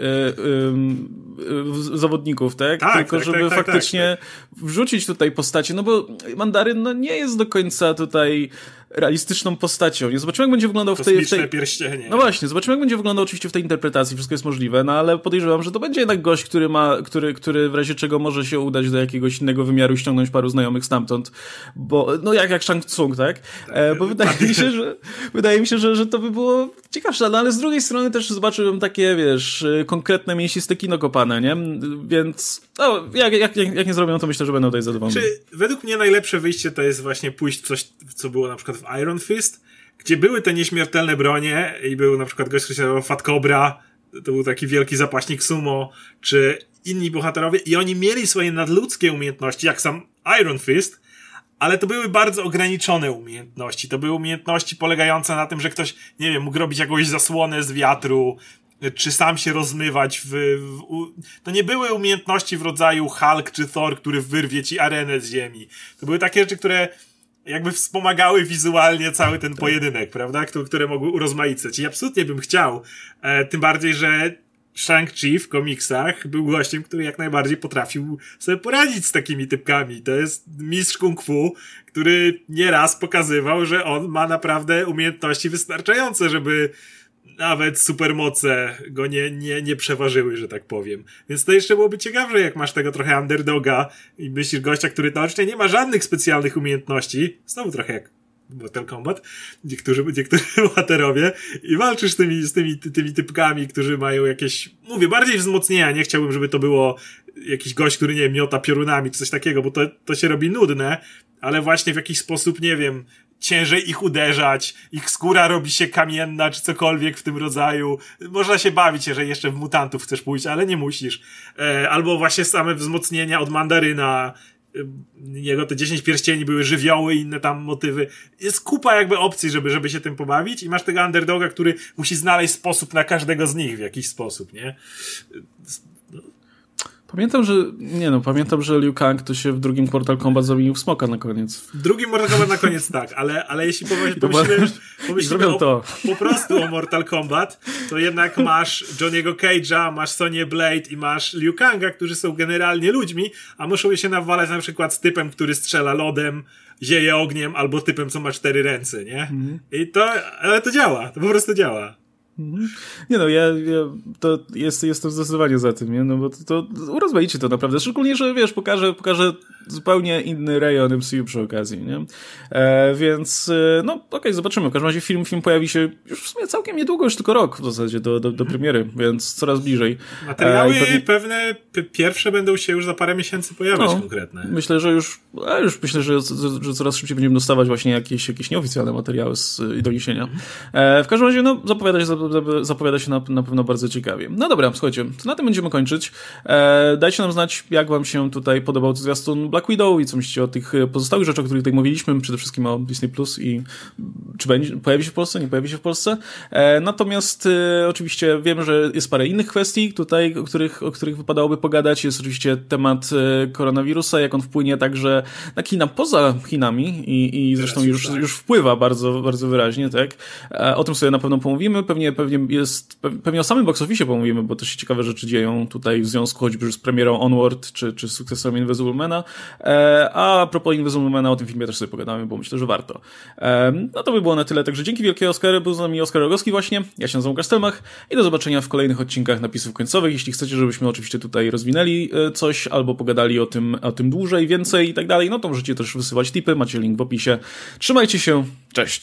zawodników, tak? Tylko żeby faktycznie wrzucić tutaj postacie, no bo Mandaryn no nie jest do końca tutaj realistyczną postacią. Nie zobaczymy, jak będzie wyglądał w tej pierścienie. No właśnie, zobaczymy, jak będzie wyglądał oczywiście w tej interpretacji, wszystko jest możliwe, no ale podejrzewam, że to będzie jednak gość, który w razie czego może się udać do jakiegoś innego wymiaru i ściągnąć paru znajomych stamtąd, bo, no jak Shang Tsung, tak? Bo wydaje mi się, że to by było ciekawsze, no ale z drugiej strony też zobaczyłem takie, wiesz, konkretne mięsiste kino kopane, nie? Więc, no, jak nie zrobią, to myślę, że będą tutaj zadowoleni. Według mnie najlepsze wyjście to jest właśnie pójść w coś, co było na przykład w Iron Fist, gdzie były te nieśmiertelne bronie i był na przykład gość, który się nazywał Fat Cobra, to był taki wielki zapaśnik sumo, czy inni bohaterowie i oni mieli swoje nadludzkie umiejętności, jak sam Iron Fist, ale to były bardzo ograniczone umiejętności. To były umiejętności polegające na tym, że ktoś, nie wiem, mógł robić jakąś zasłonę z wiatru, czy sam się rozmywać to nie były umiejętności w rodzaju Hulk czy Thor, który wyrwie ci arenę z ziemi. To były takie rzeczy, które jakby wspomagały wizualnie cały ten pojedynek, prawda? Które mogły urozmaicać. I absolutnie bym chciał. Tym bardziej, że Shang-Chi w komiksach był gościem, który jak najbardziej potrafił sobie poradzić z takimi typkami. To jest mistrz kung fu, który nieraz pokazywał, że on ma naprawdę umiejętności wystarczające, żeby nawet supermoce go nie przeważyły, że tak powiem. Więc to jeszcze byłoby ciekawsze, jak masz tego trochę underdoga i myślisz gościa, który teoretycznie nie ma żadnych specjalnych umiejętności, znowu trochę jak Mortal Kombat, niektórzy bohaterowie, i walczysz z tymi typkami, którzy mają jakieś, mówię, bardziej wzmocnienia. Nie chciałbym, żeby to było jakiś gość, który, nie wiem, miota piorunami czy coś takiego, bo to się robi nudne, ale właśnie w jakiś sposób, nie wiem, ciężej ich uderzać, ich skóra robi się kamienna, czy cokolwiek w tym rodzaju. Można się bawić, jeżeli jeszcze w mutantów chcesz pójść, ale nie musisz. Albo właśnie same wzmocnienia od Mandaryna, jego te 10 pierścieni były żywioły i inne tam motywy. Jest kupa jakby opcji, żeby się tym pobawić, i masz tego underdoga, który musi znaleźć sposób na każdego z nich w jakiś sposób, nie? Pamiętam, że Liu Kang to się w drugim Mortal Kombat zamienił w smoka na koniec. W drugim Mortal Kombat na koniec tak, ale jeśli pomyślimy po prostu o Mortal Kombat, to jednak masz Johnny'ego Cage'a, masz Sonię Blade i masz Liu Kanga, którzy są generalnie ludźmi, a muszą się nawalać na przykład z typem, który strzela lodem, zieje ogniem, albo typem, co ma 4 ręce, nie? Ale to działa, to po prostu działa. Nie no, ja jestem zdecydowanie za tym, nie? No bo to urozmaicie to naprawdę, szczególnie, że wiesz, pokażę zupełnie inny rejon MCU przy okazji, nie? Więc no okej, zobaczymy. W każdym razie film pojawi się już w sumie całkiem niedługo, już tylko rok w zasadzie do premiery, więc coraz bliżej. Materiały pewne pierwsze będą się już za parę miesięcy pojawiać konkretne. Myślę, że myślę, że coraz szybciej będziemy dostawać właśnie jakieś nieoficjalne materiały i doniesienia. W każdym razie, no, zapowiada się na pewno bardzo ciekawie. No dobra, słuchajcie, to na tym będziemy kończyć. Dajcie nam znać, jak wam się tutaj podobał zwiastun Black Widow i co myślicie o tych pozostałych rzeczach, o których tutaj mówiliśmy, przede wszystkim o Disney Plus i czy pojawi się w Polsce, nie pojawi się w Polsce. Natomiast oczywiście wiem, że jest parę innych kwestii tutaj, o których wypadałoby pogadać. Jest oczywiście temat koronawirusa, jak on wpłynie także na kina poza Chinami i zresztą już wpływa bardzo, bardzo wyraźnie, tak? O tym sobie na pewno pomówimy. Pewnie o samym box office pomówimy, bo też się ciekawe rzeczy dzieją tutaj w związku choćby z premierą Onward, czy sukcesem Invisible Mana. A propos Invisible Mana, o tym filmie też sobie pogadamy, bo myślę, że warto. No to by było na tyle, także dzięki wielkie, Oskar. Był z nami Oskar Rogowski właśnie. Ja się nazywam Łukasz Stelmach i do zobaczenia w kolejnych odcinkach napisów końcowych. Jeśli chcecie, żebyśmy oczywiście tutaj rozwinęli coś, albo pogadali o tym dłużej, więcej i tak dalej, no to możecie też wysyłać tipy, macie link w opisie. Trzymajcie się, cześć!